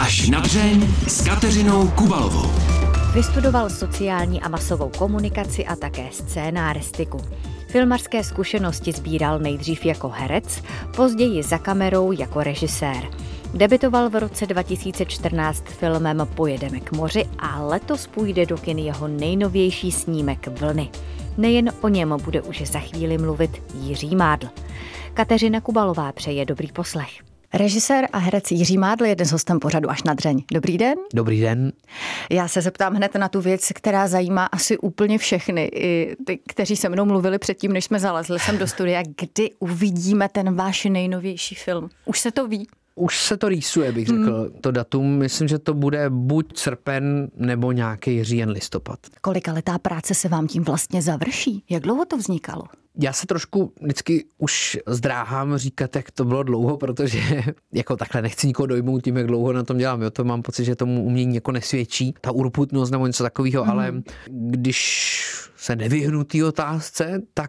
Až na dřeň s Kateřinou Kubalovou. Vystudoval sociální a masovou komunikaci a také scénáristiku. Filmařské zkušenosti sbíral nejdřív jako herec, později za kamerou jako režisér. Debitoval v roce 2014 filmem Pojedeme k moři a letos půjde do kin jeho nejnovější snímek Vlny. Nejen o něm bude už za chvíli mluvit Jiří Mádl. Kateřina Kubalová přeje dobrý poslech. Režisér a herec Jiří Mádl je dnes hostem pořadu Až na dřeň. Dobrý den. Dobrý den. Já se zeptám hned na tu věc, která zajímá asi úplně všechny, i ty, kteří se mnou mluvili předtím, než jsme zalezli sem do studia. Kdy uvidíme ten váš nejnovější film? Už se to ví? Už se to rýsuje, bych řekl. To datum, myslím, že to bude buď srpen, nebo nějaký říjen, listopad. Kolika letá práce se vám tím vlastně završí? Jak dlouho to vznikalo? Já se trošku vždycky už zdráhám říkat, jak to bylo dlouho, protože jako takhle nechci nikoho dojmout tím, jak dlouho na tom dělám. Jo, to mám pocit, že tomu umění jako nesvědčí. Ta urputnost nebo něco takového, ale když se nevyhnu té otázce, tak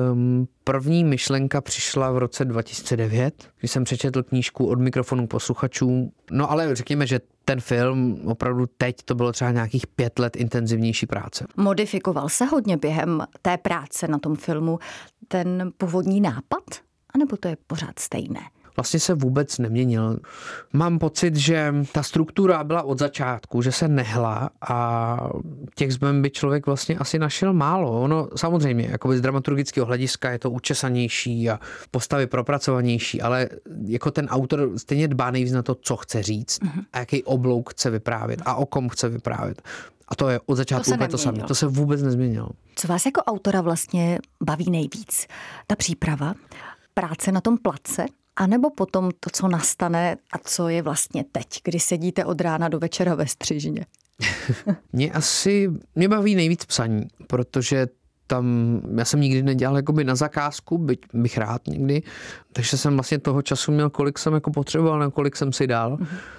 první myšlenka přišla v roce 2009, když jsem přečetl knížku Od mikrofonu posluchačů. No ale řekněme, že ten film opravdu teď to bylo třeba nějakých 5 let intenzivnější práce. Modifikoval se hodně během té práce na tom filmu ten původní nápad? A nebo to je pořád stejné? Vlastně se vůbec neměnil. Mám pocit, že ta struktura byla od začátku, že se nehla a těch změn by člověk vlastně asi našel málo. Ono samozřejmě, jakoby z dramaturgického hlediska je to učesanější a postavy propracovanější, ale jako ten autor stejně dbá nejvíc na to, co chce říct a jaký oblouk chce vyprávět a o kom chce vyprávět. A to je od začátku úplně to samé. To se vůbec nezměnilo. Co vás jako autora vlastně baví nejvíc? Ta příprava, práce na tom place? A nebo potom to, co nastane a co je vlastně teď, kdy sedíte od rána do večera ve střižně? Mě baví nejvíc psaní, protože tam já jsem nikdy nedělal jakoby na zakázku, byť bych rád někdy, takže jsem vlastně toho času měl, kolik jsem jako potřeboval, nebo kolik jsem si dal.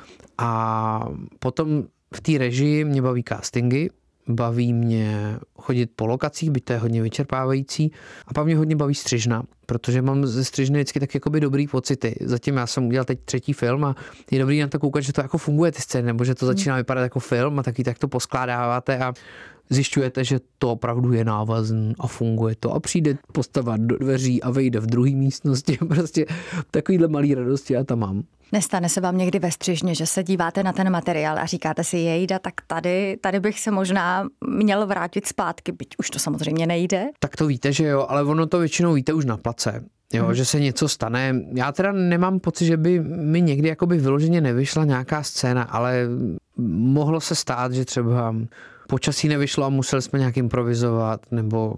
A potom v té režii mě baví castingy, baví mě chodit po lokacích, byť to je hodně vyčerpávající. A pak mě hodně baví střižna, protože mám ze střižny vždycky tak jakoby dobrý pocity. Zatím já jsem udělal teď 3. film a je dobrý na to koukat, že to jako funguje ty scény, nebo že to začíná vypadat jako film a taky tak to poskládáváte a zjišťujete, že to opravdu je návazný a funguje to a přijde postava do dveří a vejde v druhé místnosti. Prostě takovýhle malý radosti já tam mám. Nestane se vám někdy ve střižně, že se díváte na ten materiál a říkáte si, jejda, tak tady bych se možná měl vrátit zpátky, byť už to samozřejmě nejde? Tak to víte, že jo, ale ono to většinou víte už na place. Jo, že se něco stane. Já teda nemám pocit, že by mi někdy jakoby vyloženě nevyšla nějaká scéna, ale mohlo se stát, že třeba počasí nevyšlo a museli jsme nějak improvizovat nebo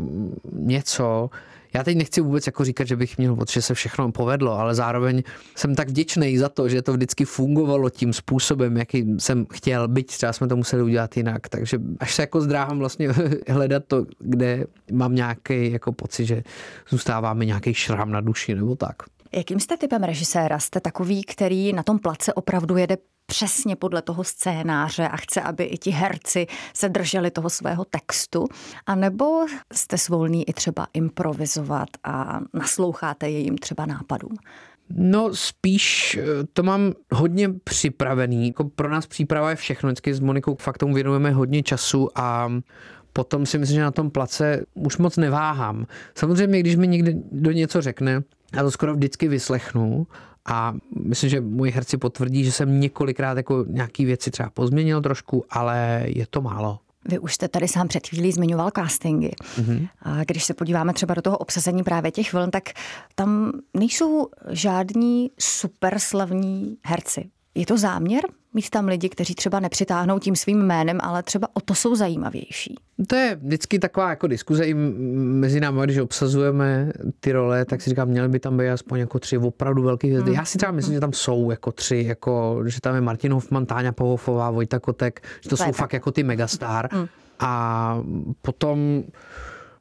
něco. Já teď nechci vůbec jako říkat, že bych měl pocit, že se všechno povedlo, ale zároveň jsem tak vděčný za to, že to vždycky fungovalo tím způsobem, jaký jsem chtěl, byť třeba jsme to museli udělat jinak. Takže až se jako zdráhám vlastně hledat to, kde mám nějaký jako pocit, že zůstává mi nějaký šrám na duši nebo tak. Jakým jste typem režiséra? Jste takový, který na tom place opravdu jede přesně podle toho scénáře a chce, aby i ti herci se drželi toho svého textu? A nebo jste svolný i třeba improvizovat a nasloucháte jejím třeba nápadům? No spíš to mám hodně připravený. Jako pro nás příprava je všechno. Vždycky s Monikou fakt tomu věnujeme hodně času a potom si myslím, že na tom place už moc neváhám. Samozřejmě, když mi někdo něco řekne, já to skoro vždycky vyslechnu a myslím, že moji herci potvrdí, že jsem několikrát jako nějaký věci třeba pozměnil trošku, ale je to málo. Vy už jste tady sám před chvílí zmiňoval castingy. A když se podíváme třeba do toho obsazení právě těch vln, tak tam nejsou žádní superslavní herci. Je to záměr mít tam lidi, kteří třeba nepřitáhnou tím svým jménem, ale třeba o to jsou zajímavější? To je vždycky taková jako diskuze i mezi námi, když obsazujeme ty role, tak si říkám, měly by tam být aspoň jako 3 opravdu velké hvězdy. Já si třeba myslím, že tam jsou jako 3, jako, že tam je Martin Hofman, Táňa Pohofová, Vojta Kotek, že to jsou fakt jako ty megastar. A potom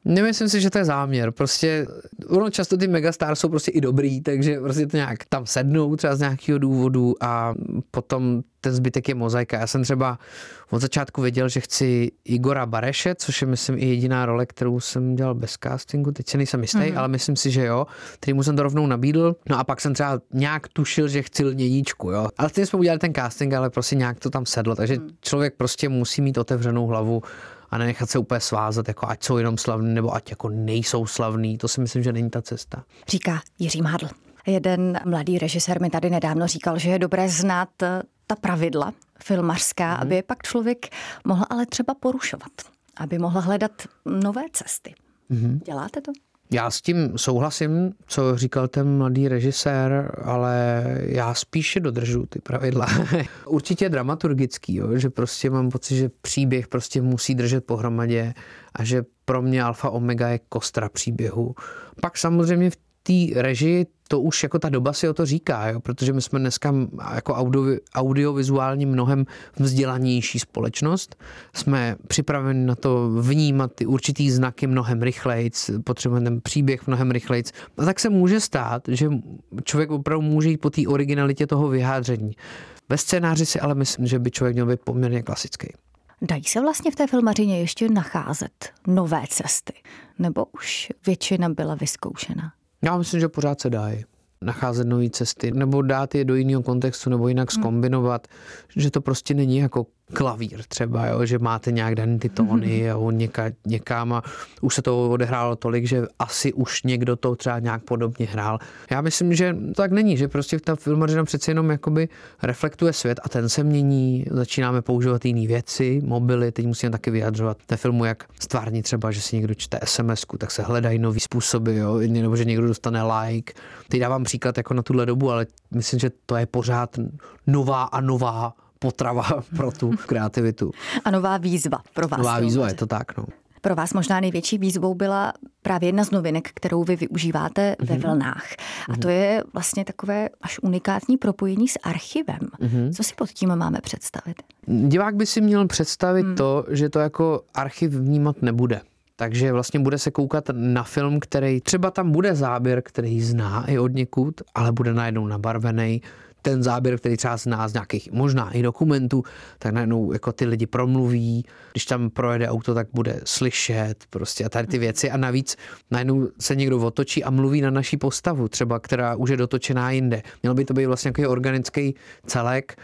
Nemyslím si, že to je záměr. Prostě ono často ty megastars jsou prostě i dobrý, takže prostě to nějak tam sednou třeba z nějakého důvodu a potom ten zbytek je mozaika. Já jsem třeba od začátku věděl, že chci Igora Bareše, což je myslím i jediná role, kterou jsem dělal bez castingu, teď se nejsem jistý, ale myslím si, že jo, kterýmu jsem to rovnou nabídl. No a pak jsem třeba nějak tušil, že chci Lněníčku, jo. Ale tím jsme udělali ten casting, ale prostě nějak to tam sedlo, takže člověk prostě musí mít otevřenou hlavu a nenechat se úplně svázat, jako ať jsou jenom slavní, nebo ať jako nejsou slavní. To si myslím, že není ta cesta. Říká Jiří Mádl. Jeden mladý režisér mi tady nedávno říkal, že je dobré znát ta pravidla filmařská, aby je pak člověk mohl ale třeba porušovat, aby mohl hledat nové cesty. Děláte to? Já s tím souhlasím, co říkal ten mladý režisér, ale já spíše dodržu ty pravidla. Určitě dramaturgický, jo, že prostě mám pocit, že příběh prostě musí držet pohromadě a že pro mě alfa omega je kostra příběhu. Pak samozřejmě v té režii to už jako ta doba si o to říká, jo? Protože my jsme dneska jako audiovizuálně mnohem vzdělanější společnost. Jsme připraveni na to vnímat ty určitý znaky mnohem rychlejc, potřebujeme ten příběh mnohem rychlejc. A tak se může stát, že člověk opravdu může jít po té originalitě toho vyjádření. Ve scénáři si ale myslím, že by člověk měl být poměrně klasický. Dají se vlastně v té filmařině ještě nacházet nové cesty? Nebo už většina byla vyzkoušena? Já myslím, že pořád se dají nacházet nové cesty, nebo dát je do jiného kontextu, nebo jinak zkombinovat, že to prostě není jako klavír třeba, jo? Že máte nějak daný ty tóny a on někam a už se to odehrálo tolik, že asi už někdo to třeba nějak podobně hrál. Já myslím, že to tak není, že prostě ta filmařina přece jenom jakoby reflektuje svět a ten se mění, začínáme používat jiné věci, mobily, teď musíme taky vyjadřovat ve filmu, jak stvární třeba, že si někdo čte SMS-ku, tak se hledají nový způsoby, jo? Nebo že někdo dostane like. Teď dávám příklad jako na tuhle dobu, ale myslím, že to je pořád nová a nová potrava pro tu kreativitu. A nová výzva pro vás. Nová výzva, je to tak, no. Pro vás možná největší výzvou byla právě jedna z novinek, kterou vy využíváte ve Vlnách. A to je vlastně takové až unikátní propojení s archivem. Co si pod tím máme představit? Divák by si měl představit to, že to jako archiv vnímat nebude. Takže vlastně bude se koukat na film, který třeba tam bude záběr, který zná i od někud, ale bude najednou nabarvený. Ten záběr, který třeba zná z nějakých možná i dokumentů, tak najednou jako ty lidi promluví, když tam projede auto, tak bude slyšet prostě a tady ty věci a navíc najednou se někdo otočí a mluví na naší postavu, třeba která už je dotočená jinde. Měl by to být vlastně nějaký organický celek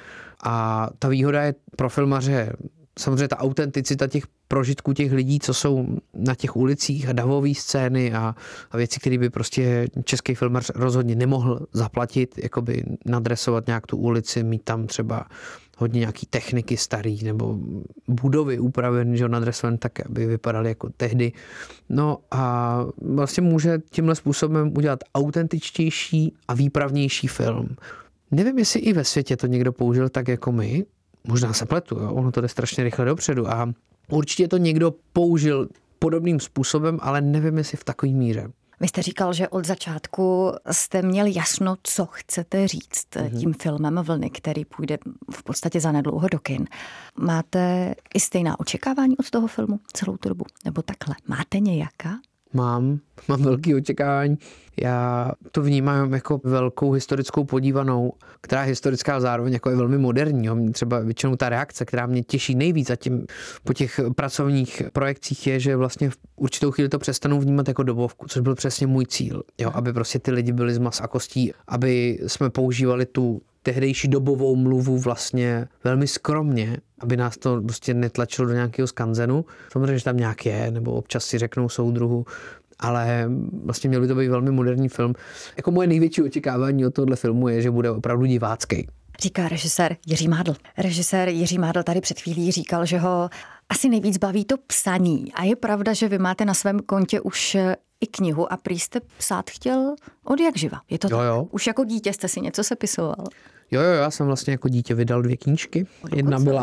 a ta výhoda je pro filmaře samozřejmě ta autenticita těch prožitků těch lidí, co jsou na těch ulicích a davové scény a věci, které by prostě český filmař rozhodně nemohl zaplatit, jakoby nadresovat nějak tu ulici, mít tam třeba hodně nějaký techniky starý nebo budovy upravené, že nadresované tak, aby vypadaly jako tehdy. No a vlastně může tímhle způsobem udělat autentičtější a výpravnější film. Nevím, jestli i ve světě to někdo použil tak jako my, možná se pletu, jo? Ono to jde strašně rychle dopředu a určitě to někdo použil podobným způsobem, ale nevím, jestli v takové míře. Vy jste říkal, že od začátku jste měl jasno, co chcete říct tím filmem Vlny, který půjde v podstatě zanedlouho do kin. Máte i stejná očekávání od toho filmu celou tu dobu? Nebo takhle? Máte nějaká? Mám velký očekávání. Já to vnímám jako velkou historickou podívanou, která je historická a zároveň jako je velmi moderní. Jo. Třeba většinou ta reakce, která mě těší nejvíc a tím po těch pracovních projekcích je, že vlastně v určitou chvíli to přestanou vnímat jako dobovku, což byl přesně můj cíl. Jo. Aby prostě ty lidi byli z mas a kostí, aby jsme používali tu tehdejší dobovou mluvu vlastně velmi skromně, aby nás to prostě netlačilo do nějakého skanzenu. Samozřejmě, že tam nějak je, nebo občas si řeknou soudruhu, ale vlastně měl by to být velmi moderní film. Jako moje největší očekávání od tohohle filmu je, že bude opravdu divácký. Říká režisér Jiří Mádl. Režisér Jiří Mádl tady před chvílí říkal, že ho asi nejvíc baví to psaní. A je pravda, že vy máte na svém kontě už i knihu a prý jste psát chtěl od jak živa. Je to tak? Jo. Už jako dítě jste si něco sepisoval? Jo, já jsem vlastně jako dítě vydal 2 knížky. Jedna byla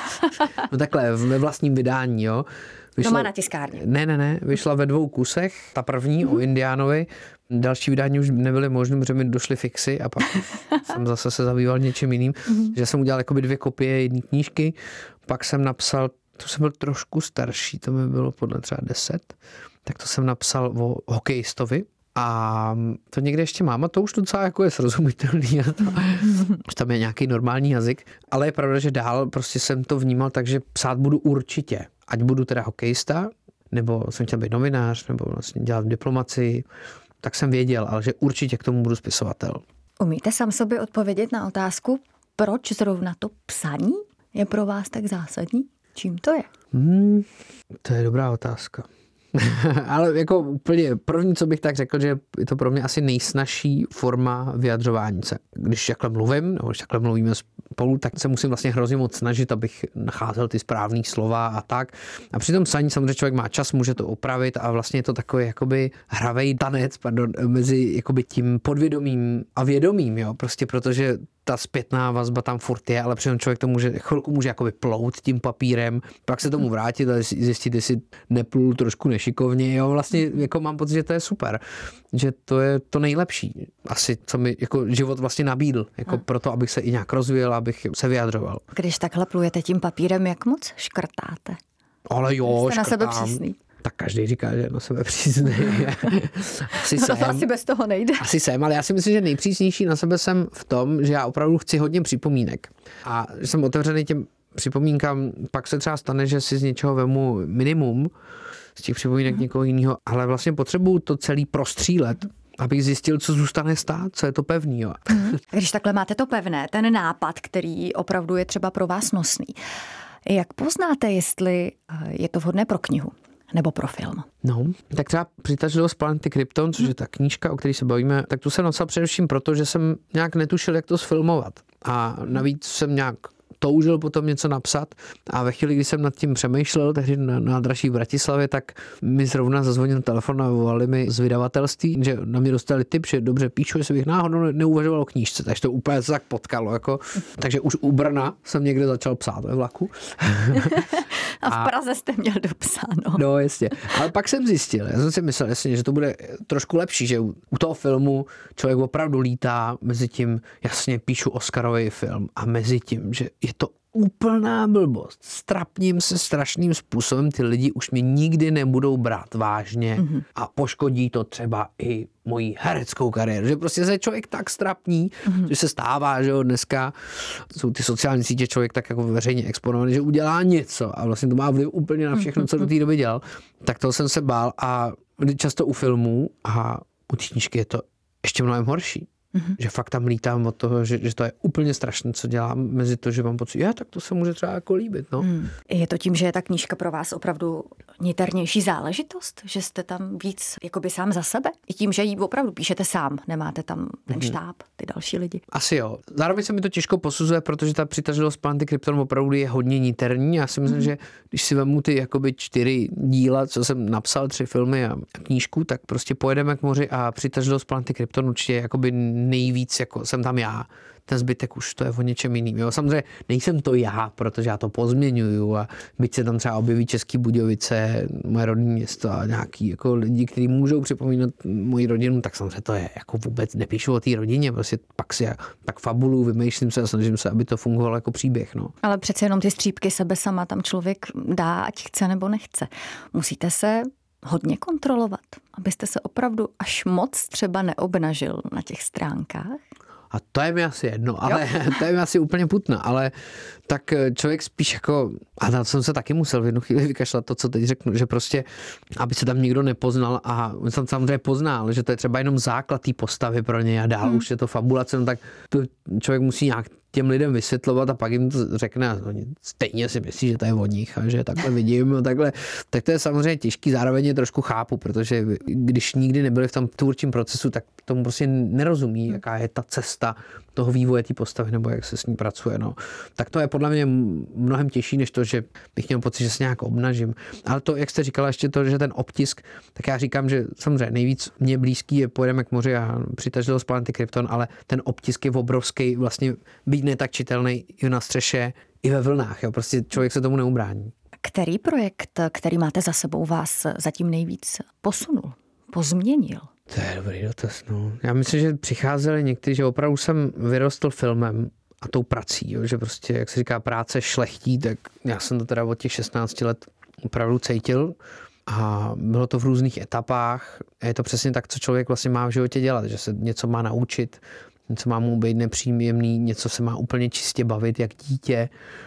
no takhle ve vlastním vydání, jo. Doma na tiskárně. Ne, vyšla ve 2 kusech. Ta první o Indiánovi. Další vydání už nebyly možné, protože mi došly fixy a pak jsem zase se zabýval něčím jiným. Že jsem udělal jakoby 2 kopie jedné knížky. Pak jsem napsal, to jsem byl trošku starší, to mi bylo podle třeba 10. tak to jsem napsal o hokejistovi. A to někde ještě mám a to už docela jako je srozumitelný. Už tam je nějaký normální jazyk, ale je pravda, že dál prostě jsem to vnímal tak, že psát budu určitě. Ať budu teda hokejista, nebo jsem chtěl být novinář, nebo vlastně dělat v diplomaci, tak jsem věděl, ale že určitě k tomu budu spisovatel. Umíte sám sobě odpovědět na otázku, proč zrovna to psaní je pro vás tak zásadní? Čím to je? To je dobrá otázka. Ale jako úplně první, co bych tak řekl, že je to pro mě asi nejsnažší forma vyjadřování se. Když takhle mluvím, nebo když takhle mluvíme spolu, tak se musím vlastně hrozně moc snažit, abych nacházel ty správný slova a tak. A při tom psaní samozřejmě člověk má čas, může to opravit a vlastně je to takový jakoby hravej tanec, mezi jakoby tím podvědomím a vědomím, jo, prostě protože ta zpětná vazba tam furt je, ale přitom člověk to chvilku může jakoby plout tím papírem, pak se tomu vrátit a zjistit, jestli neplul trošku nešikovně, jo, vlastně jako mám pocit, že to je super, že to je to nejlepší asi, co mi jako život vlastně nabídl, jako proto, abych se i nějak rozvíjel, abych se vyjadřoval. Když takhle plujete tím papírem, jak moc škrtáte? Ale jo, jste na sebe přísný. Tak každý říká, že je na sebe přísný. Asi bez toho nejde. Asi jsem, ale já si myslím, že nejpřísnější na sebe jsem v tom, že já opravdu chci hodně připomínek. A že jsem otevřený těm připomínkám, pak se třeba stane, že si z něčeho vemu minimum, z těch připomínek někoho jiného, ale vlastně potřebuju to celý prostřílet, abych zjistil, co zůstane stát, co je to pevný. Jo. Když takhle máte to pevné, ten nápad, který opravdu je třeba pro vás nosný, jak poznáte, jestli je to vhodné pro knihu? Nebo pro film? No, tak třeba Přitažlivost planety Krypton, což je ta knížka, o které se bavíme, tak tu jsem napsal především proto, že jsem nějak netušil, jak to sfilmovat. A navíc jsem nějak toužil potom něco napsat a ve chvíli, kdy jsem nad tím přemýšlel, tehdy na nádraží v Bratislavě, tak mi zrovna zazvonil telefon a volali mi z vydavatelství, že na mě dostali tip, že dobře píšu, jestli bych náhodou neuvažoval o knížce, takže to úplně se tak potkalo. Jako. Takže už u Brna jsem někde začal psát ve vlaku. A v Praze jste měl dopsáno. No, jasně. Ale pak jsem zjistil, já jsem si myslel, jasně, že to bude trošku lepší, že u toho filmu člověk opravdu lítá mezi tím, jasně píšu Oscarový film a mezi tím, že je to úplná blbost. Strapním se strašným způsobem, ty lidi už mě nikdy nebudou brát vážně a poškodí to třeba i moji hereckou kariéru. Že prostě se člověk tak strapní, že se stává, že jo, dneska jsou ty sociální sítě člověk tak jako veřejně exponovaný, že udělá něco a vlastně to má vliv úplně na všechno, co do té doby dělal. Tak toho jsem se bál a často u filmů a u té knížky je to ještě mnohem horší. Že fakt tam lítám od toho, že to je úplně strašné, co dělám, mezi to, že mám pocit, tak to se může třeba jako líbit. No. Je to tím, že je ta knížka pro vás opravdu niternější záležitost? Že jste tam víc jakoby sám za sebe? I tím, že ji opravdu píšete sám, nemáte tam ten štáb, ty další lidi? Asi jo. Zároveň se mi to těžko posuzuje, protože ta Přitažlivost planety Krypton opravdu je hodně niterní. Já si myslím, že když si vemu ty jakoby 4 díla, co jsem napsal, 3 filmy a knížku, tak prostě Pojedeme k moři a Přitažlivost planety Krypton určitě jakoby nejvíc, jako jsem tam já. Ten zbytek už to je o něčem jiným. Jo. Samozřejmě nejsem to já, protože já to pozměňuju a byť se tam třeba objeví Český Budějovice, moje rodné město a nějaký jako lidi, kteří můžou připomínat moji rodinu, tak samozřejmě to je jako vůbec nepíšu o té rodině, prostě pak si tak fabulu, vymýšlím se a snažím se, aby to fungovalo jako příběh. No. Ale přece jenom ty střípky sebe sama tam člověk dá, ať chce nebo nechce. Musíte se hodně kontrolovat, abyste se opravdu až moc třeba neobnažil na těch stránkách? A to je mi asi jedno, ale to je mi asi úplně putno, ale tak člověk spíš jako, a na to jsem se taky musel v jednu chvíli vykašlat to, co teď řeknu, že prostě, aby se tam nikdo nepoznal a on jsem samozřejmě poznal, že to je třeba jenom základ té postavy pro něj a dál už je to fabulace, no tak to člověk musí nějak těm lidem vysvětlovat a pak jim to řekne a oni stejně si myslí, že to je od nich a že takhle vidím a takhle. Tak to je samozřejmě těžký, zároveň je trošku chápu, protože když nikdy nebyli v tom tvůrčím procesu, tak tomu prostě nerozumí, jaká je ta cesta toho vývoje té postavy nebo jak se s ní pracuje. No. Tak to je podle mě mnohem těžší, než to, že bych měl pocit, že se nějak obnažím. Ale to, jak jste říkala ještě to, že ten obtisk, tak já říkám, že samozřejmě nejvíc mě blízký je Pojedeme k moři a Přitažlivost planety Krypton, ale ten obtisk je obrovský, vlastně být ne tak čitelný i na střeše, i ve vlnách. Jo. Prostě člověk se tomu neubrání. Který projekt, který máte za sebou, vás zatím nejvíc posunul, pozměnil? To je dobrý dotaz, no. Já myslím, že přicházeli někteří, že opravdu jsem vyrostl filmem a tou prací, jo, že prostě, jak se říká, práce šlechtí, tak já jsem to teda od těch 16 let opravdu cítil A bylo to v různých etapách. A je to přesně tak, co člověk vlastně má v životě dělat, že se něco má naučit, něco má mu být nepříjemný, něco se má úplně čistě bavit, jak dítě.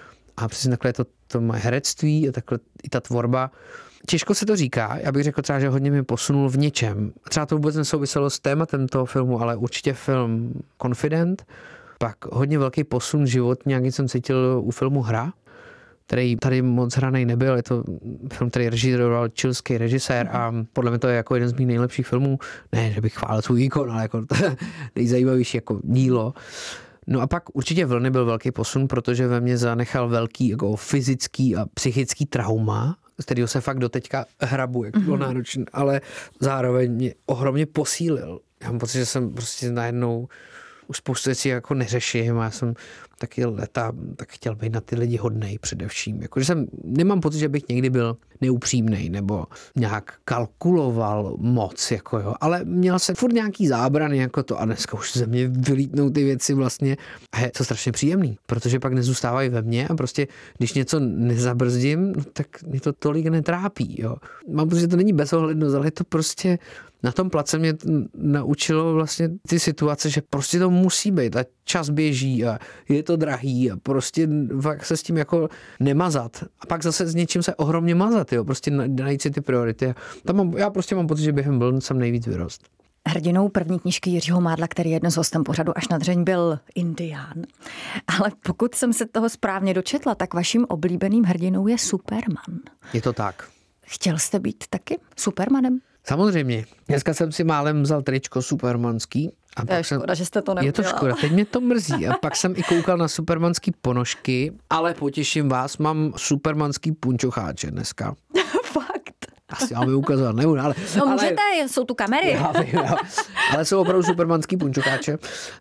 A přesně takhle je to moje herectví a takhle i ta tvorba. Těžko se to říká, já bych řekl třeba, že hodně mě posunul v něčem. Třeba to vůbec nesouviselo s tématem toho filmu, ale určitě film Confident. Pak hodně velký posun životní, jak jsem cítil u filmu Hra, který tady moc hranej nebyl. Je to film, který režíroval chilský režisér a podle mě to je jako jeden z mých nejlepších filmů. Ne, že bych chválil svůj výkon, ale jako nejzajímavější jako dílo. No a pak určitě Vlny byl velký posun, protože ve mně zanechal velký jako fyzický a psychický trauma, z kterého se fakt doteďka hrabu, jak to bylo náročné, ale zároveň mě ohromně posílil. Já mám pocit, že jsem prostě najednou už spoustu věcí jako neřeším a já jsem taky leta tak chtěl být na ty lidi hodnej především. Jakože nemám pocit, že bych někdy byl neupřímnej nebo nějak kalkuloval moc, jako jo, ale měl jsem furt nějaký zábrany jako to a dneska už ze mě vylítnou ty věci vlastně a je to strašně příjemný, protože pak nezůstávají ve mně a prostě když něco nezabrzdím, no, tak mě to tolik netrápí, jo. Mám pocit, že to není bezohlednost, ale je to prostě na tom place mě naučilo vlastně ty situace, že prostě to musí být a čas běží a je to drahý a prostě fakt se s tím jako nemazat. A pak zase s něčím se ohromně mazat, jo, prostě najít si ty priority. Já prostě mám pocit, že během Vln jsem nejvíc vyrost. Hrdinou první knížky Jiřího Mádla, který je dnes hostem pořadu Až na dřeň, byl Indián. Ale pokud jsem se toho správně dočetla, tak vaším oblíbeným hrdinou je Superman. Je to tak. Chtěl jste být taky Supermanem? Samozřejmě. Dneska jsem si málem vzal tričko supermanský. A je škoda, že jste to neudělal. Je to škoda, teď mě to mrzí. A pak jsem i koukal na supermanský ponožky, ale potěším vás, mám supermanský punčocháče dneska. Fakt? Asi vám je ukazovat nebudu, ale... No můžete, jsou tu kamery. Já vím. Ale jsou opravdu supermanský punčocháče.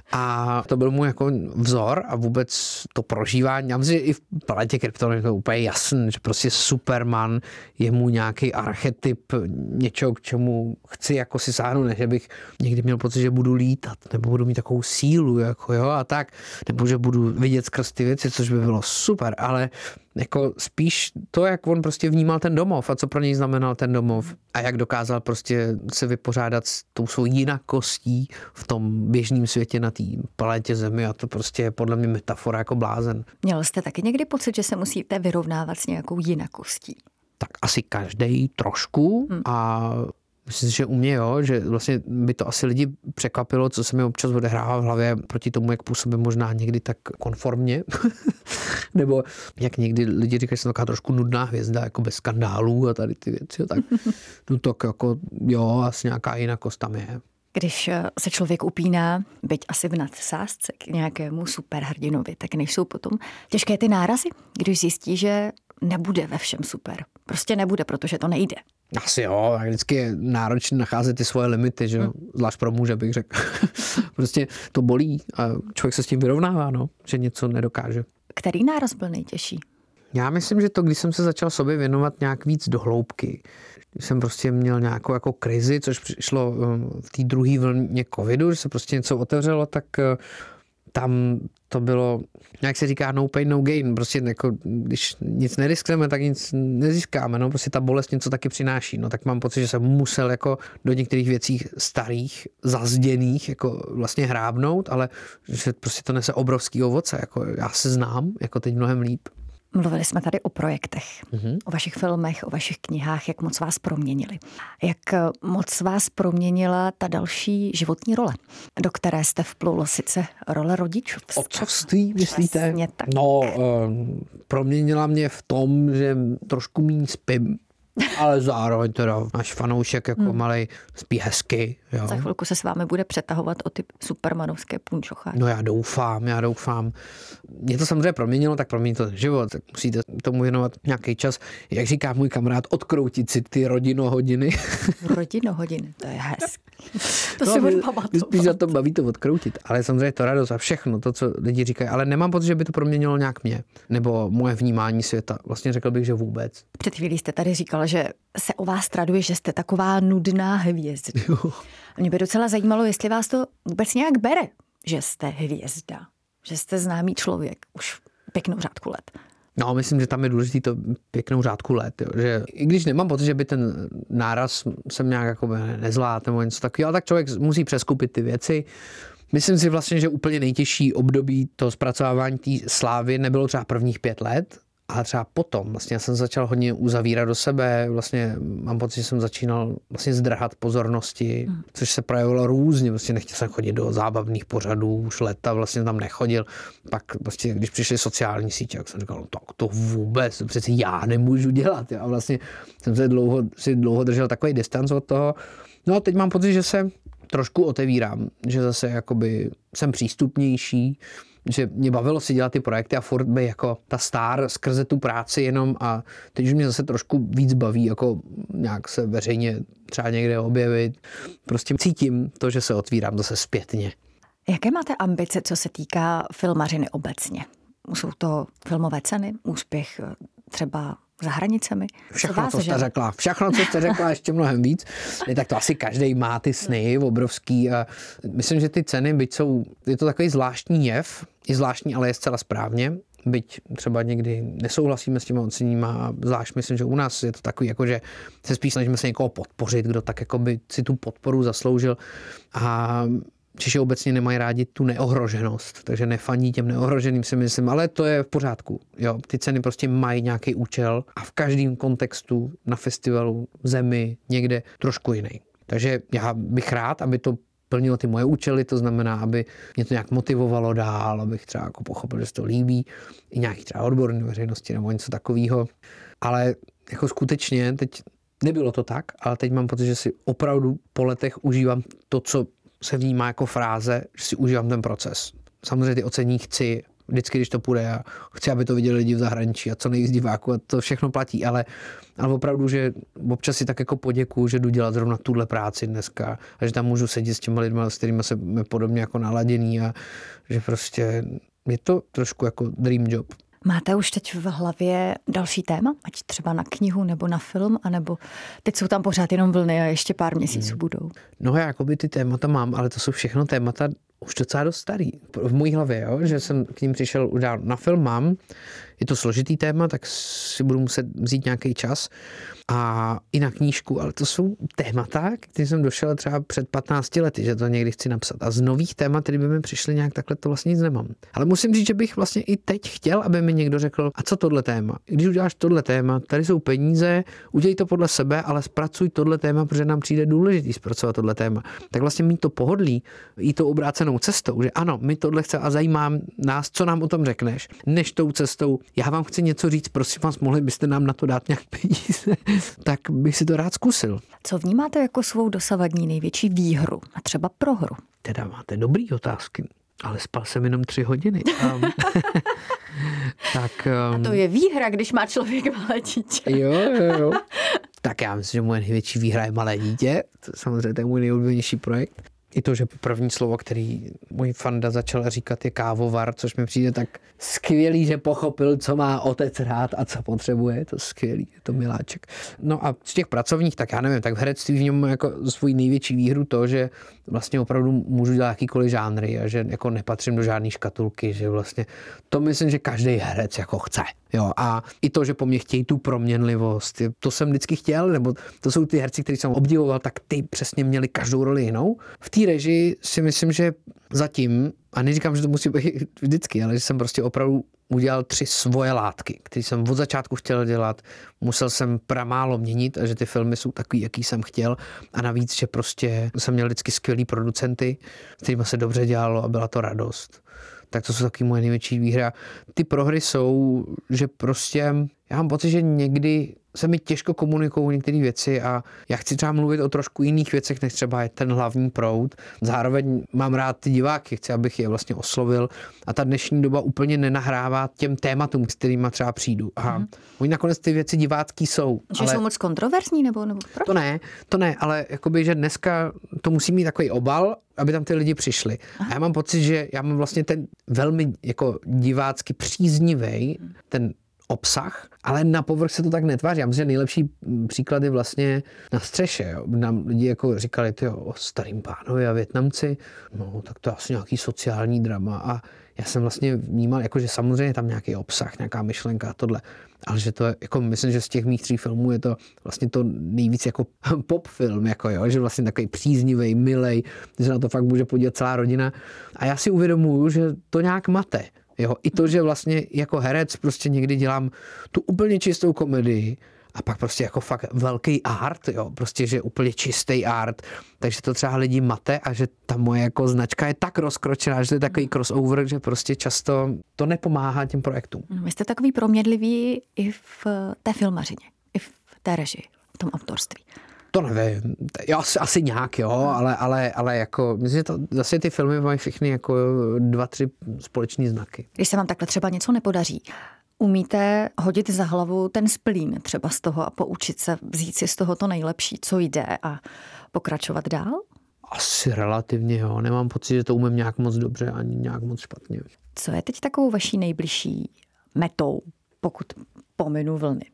A to byl můj jako vzor a vůbec to prožívání. Já myslím, že i v Planetě Krypton je to úplně jasný, že prostě Superman je mu nějaký archetyp něčeho, k čemu chci jako si sáhnout, ne, že bych někdy měl pocit, že budu lítat, nebo budu mít takovou sílu, jako jo, a tak, nebo že budu vidět skrz ty věci, což by bylo super, ale jako spíš to, jak on prostě vnímal ten domov a co pro něj znamenal ten domov a jak dokázal prostě se vypořádat s tou svou jinakostí v tom běžném světě na té planetě Zemi a to prostě je podle mě metafora jako blázen. Měl jste taky někdy pocit, že se musíte vyrovnávat s nějakou jinakostí? Tak asi každej trošku a myslím si, že u mě jo, že vlastně by to asi lidi překvapilo, co se mi občas odehrává v hlavě proti tomu, jak působím možná někdy tak konformně. Nebo jak někdy lidi říkají, že jsem taková trošku nudná hvězda, jako bez skandálů a tady ty věci. Tak, no tak jako jo, asi nějaká jinakost tam je. Když se člověk upíná, byť asi v nadsázce k nějakému superhrdinovi, tak nejsou potom těžké ty nárazy, když zjistí, že nebude ve všem super. Prostě nebude, protože to nejde. Asi jo, vždycky je náročné nacházet ty svoje limity, že zvlášť pro muže bych řekl. Prostě to bolí a člověk se s tím vyrovnává, no, že něco nedokáže. Který náraz byl nejtěžší? Já myslím, že to, když jsem se začal sobě věnovat nějak víc do hloubky, když jsem prostě měl nějakou jako krizi, což přišlo v té druhé vlně covidu, že se prostě něco otevřelo, tak tam to bylo, jak se říká, no pain, no gain. Prostě jako, když nic neriskujeme, tak nic nezískáme. No, prostě ta bolest něco taky přináší. No, tak mám pocit, že jsem musel jako do některých věcí starých, zazděných jako vlastně hrábnout, ale že prostě to nese obrovský ovoce. Jako já se znám jako teď mnohem líp. Mluvili jsme tady o projektech, o vašich filmech, o vašich knihách, jak moc vás proměnili. Jak moc vás proměnila ta další životní role, do které jste vplul, sice role rodičovství. Otcovství, myslíte? Přesně tak. No, proměnila mě v tom, že trošku méně spím. Ale zároveň teda náš fanoušek jako malej spí hezky. Jo. Za chvilku se s vámi bude přetahovat o ty supermanovské punčocháče. No já doufám. Mě to samozřejmě proměnilo, tak promění to ten život. Tak musíte tomu věnovat nějaký čas. Jak říká můj kamarád, odkroutit si ty rodinohodiny. Rodinohodiny, to je hezky. To si budu pamatovat. Spíš za to baví to odkroutit. Ale samozřejmě to radost a všechno, to, co lidi říkají. Ale nemám pocit, že by to proměnilo nějak mě. Nebo moje vnímání světa. Vlastně řekl bych, že vůbec. Před chvílí jste tady říkal, že se o vás traduje, že jste taková nudná hvězda. Mě by docela zajímalo, jestli vás to vůbec nějak bere, že jste hvězda, že jste známý člověk už pěknou řádku let. No, myslím, že tam je důležitý to pěknou řádku let, jo. Že i když nemám pocit, že by ten náraz jsem nějak jako nezvládl nebo něco takového, ale tak člověk musí přeskupit ty věci. Myslím si vlastně, že úplně nejtěžší období toho zpracovávání té slávy nebylo třeba prvních 5 let, ale třeba potom. Vlastně já jsem začal hodně uzavírat do sebe, vlastně mám pocit, že jsem začínal vlastně zdrhat pozornosti, což se projevilo různě, vlastně nechtěl jsem chodit do zábavných pořadů, už leta vlastně tam nechodil. Pak vlastně, když přišly sociální sítě, tak jsem říkal, no, tak to vůbec, to přece já nemůžu dělat. Jo. A vlastně jsem si dlouho držel takový distanc od toho. No a teď mám pocit, že se trošku otevírám, že zase jakoby jsem přístupnější, že mě bavilo si dělat ty projekty a furt by jako ta star skrze tu práci jenom a teď už mě zase trošku víc baví jako nějak se veřejně třeba někde objevit. Prostě cítím to, že se otvírám zase zpětně. Jaké máte ambice, co se týká filmařiny obecně? Jsou to filmové ceny, úspěch třeba za hranicemi? Všechno, co jste řekla. Všechno, co jste řekla, ještě mnohem víc. Tak to asi každý má ty sny obrovský a myslím, že ty ceny, byť je to takový zvláštní jev, je zvláštní, ale je zcela správně. Byť třeba někdy nesouhlasíme s těma oceníma a zvlášť myslím, že u nás je to takový, jako že se spíš snažíme se někoho podpořit, kdo tak jako by si tu podporu zasloužil a Češi obecně nemají rádi tu neohroženost, takže nefandí těm neohroženým, si myslím, ale to je v pořádku. Jo, ty ceny prostě mají nějaký účel a v každém kontextu na festivalu, v zemi, někde trošku jiný. Takže já bych rád, aby to plnilo ty moje účely, to znamená, aby mě to nějak motivovalo dál, abych třeba jako pochopil, že se to líbí, i nějaký třeba odborný veřejnosti nebo něco takového. Ale jako skutečně teď nebylo to tak, ale teď mám pocit, že si opravdu po letech užívám to, co se vnímá jako fráze, že si užívám ten proces. Samozřejmě ty ocení chci, vždycky, když to půjde, a chci, aby to viděli lidi v zahraničí a co nejvíc diváků a to všechno platí, ale opravdu, že občas si tak jako poděkuju, že jdu dělat zrovna tuhle práci dneska a že tam můžu sedět s těma lidmi, s kterými jsme podobně jako naladěný a že prostě je to trošku jako dream job. Máte už teď v hlavě další téma? Ať třeba na knihu nebo na film, anebo teď jsou tam pořád jenom vlny a ještě pár měsíců budou? No já jakoby ty témata mám, ale to jsou všechno témata už docela dost starý. V mojí hlavě, jo, že jsem k ním přišel udál. Na film mám, je to složitý téma, tak si budu muset vzít nějaký čas a i na knížku, ale to jsou témata, které jsem došel třeba před 15 lety, že to někdy chci napsat. A z nových témat, které by mi přišly nějak takhle, to vlastně nic nemám. Ale musím říct, že bych vlastně i teď chtěl, aby mi někdo řekl, a co tohle téma? Když uděláš tohle téma, tady jsou peníze, udělej to podle sebe, ale zpracuj tohle téma, protože nám přijde důležitý zpracovat tohle téma. Tak vlastně mít to pohodlí, i tou obrácenou cestou, že ano, my tohle chceme a zajímá nás, co nám o tom řekneš, než tou cestou, já vám chci něco říct, prosím vás, mohli byste nám na to dát nějak peníze, tak bych si to rád zkusil. Co vnímáte jako svou dosavadní největší výhru a třeba prohru? Teda máte dobrý otázky, ale spal jsem jenom 3 hodiny. Tak, a to je výhra, když má člověk malé dítě. Jo. Tak já myslím, že moje největší výhra je malé dítě. To samozřejmě to je můj nejoblíbenější projekt. I to, že první slovo, který můj fanda začal říkat, je kávovar, což mi přijde tak skvělý, že pochopil, co má otec rád a co potřebuje. Je to skvělý, je to miláček. No a z těch pracovních, tak já nevím, tak v herectví v něm jako svůj největší výhru to, že vlastně opravdu můžu dělat jakýkoliv žánry a že jako nepatřím do žádné škatulky, že vlastně to myslím, že každý herec jako chce. Jo, a i to, že po mně chtějí tu proměnlivost, to jsem vždycky chtěl, nebo to jsou ty herci, který jsem obdivoval, tak ty přesně měli každou roli jinou. V té režii si myslím, že zatím, a neříkám, že to musí být vždycky, ale že jsem prostě opravdu udělal 3 svoje látky, které jsem od začátku chtěl dělat, musel jsem pramálo měnit a že ty filmy jsou takový, jaký jsem chtěl a navíc, že prostě jsem měl vždycky skvělý producenty, s kterými se dobře dělalo a byla to radost. Tak to jsou taky moje největší výhra. Ty prohry jsou, že prostě já mám pocit, že někdy se mi těžko komunikují některé věci a já chci třeba mluvit o trošku jiných věcech, než třeba je ten hlavní proud. Zároveň mám rád ty diváky, chci, abych je vlastně oslovil a ta dnešní doba úplně nenahrává těm tématům, s kterýma třeba přijdu. A oni nakonec ty věci divácký jsou. Že ale jsou moc kontroverzní nebo proč? To ne, ale jakoby, že dneska to musí mít takový obal, aby tam ty lidi přišli. Aha. A já mám pocit, že já mám vlastně ten velmi jako divácky příznivý, ten obsah, ale na povrch se to tak netváří. Já myslím, že nejlepší příklad je vlastně na Střeše. Jo. Nám lidi jako říkali, o starým pánovi a Vietnamci, no tak to je asi nějaký sociální drama. A já jsem vlastně vnímal, jako, že samozřejmě tam nějaký obsah, nějaká myšlenka a tohle, ale že to je, jako myslím, že z těch mých 3 filmů je to vlastně to nejvíc jako pop film, jako jo, že vlastně takový příznivý, milej, že na to fakt může podívat celá rodina. A já si uvědomuju, že to nějak mate. Jo, i to, že vlastně jako herec prostě někdy dělám tu úplně čistou komedii a pak prostě jako fakt velký art, jo, prostě, že úplně čistý art, takže to třeba lidi mate a že ta moje jako značka je tak rozkročená, že to je takový crossover, že prostě často to nepomáhá těm projektům. Vy jste takový proměnlivý i v té filmařině, i v té režii, v tom autorství. To nevím, asi nějak, jo, ale jako, myslím, že to zase ty filmy mají všechny jako 2-3 společný znaky. Když se vám takhle třeba něco nepodaří, umíte hodit za hlavu ten splín třeba z toho a poučit se, vzít si z toho to nejlepší, co jde a pokračovat dál? Asi relativně, jo. Nemám pocit, že to umím nějak moc dobře ani nějak moc špatně. Co je teď takovou vaší nejbližší metou, pokud pominu vlny?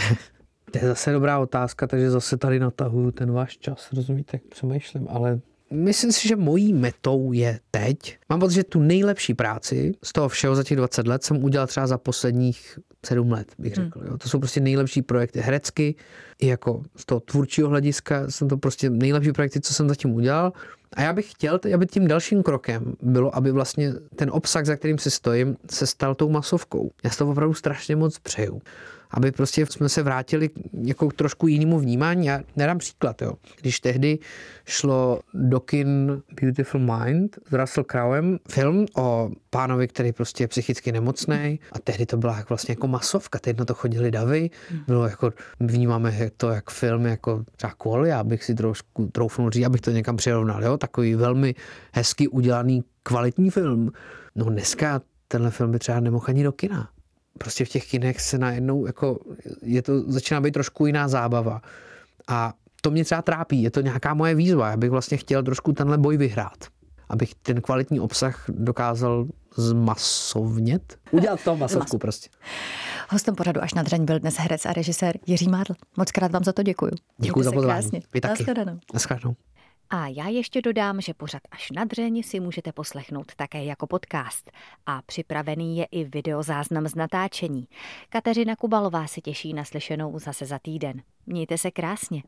To je zase dobrá otázka, takže zase tady natahuju ten váš čas, rozumíte, jak přemýšlím, ale myslím si, že mojí metou je teď. Mám pocit, že tu nejlepší práci z toho všeho za těch 20 let jsem udělal třeba za posledních 7 let, bych řekl. Jo. To jsou prostě nejlepší projekty herecky, i jako z toho tvůrčího hlediska jsou to prostě nejlepší projekty, co jsem zatím udělal. A já bych chtěl, aby tím dalším krokem bylo, aby vlastně ten obsah, za kterým si stojím, se stal tou masovkou. Já si to opravdu strašně moc přeju. Aby prostě jsme se vrátili jako k trošku jinému vnímání. Já nedám příklad, jo. Když tehdy šlo do kin Beautiful Mind s Russell Crowem, film o pánovi, který prostě je psychicky nemocný, a tehdy to byla vlastně jako masovka, teď na to chodili davy, bylo jako, vnímáme to jak film, jako třeba Qual, já bych si trošku troufnul říct, abych to někam přirovnal, jo, takový velmi hezky udělaný kvalitní film. No dneska tenhle film by třeba nemohl ani do kina. Prostě v těch kinech se najednou, jako, začíná být trošku jiná zábava. A to mě třeba trápí, je to nějaká moje výzva. Já bych vlastně chtěl trošku tenhle boj vyhrát. Abych ten kvalitní obsah dokázal zmasovnět. Udělat to masovku prostě. Hostem pořadu Až na dřeň byl dnes herec a režisér Jiří Mádl. Moc krát vám za to děkuju. Děkuji za pozvání. Vy taky. Naschledanou. A já ještě dodám, že pořad Až na dřeň si můžete poslechnout také jako podcast. A připravený je i videozáznam z natáčení. Kateřina Kubalová se těší na slyšenou zase za týden. Mějte se krásně.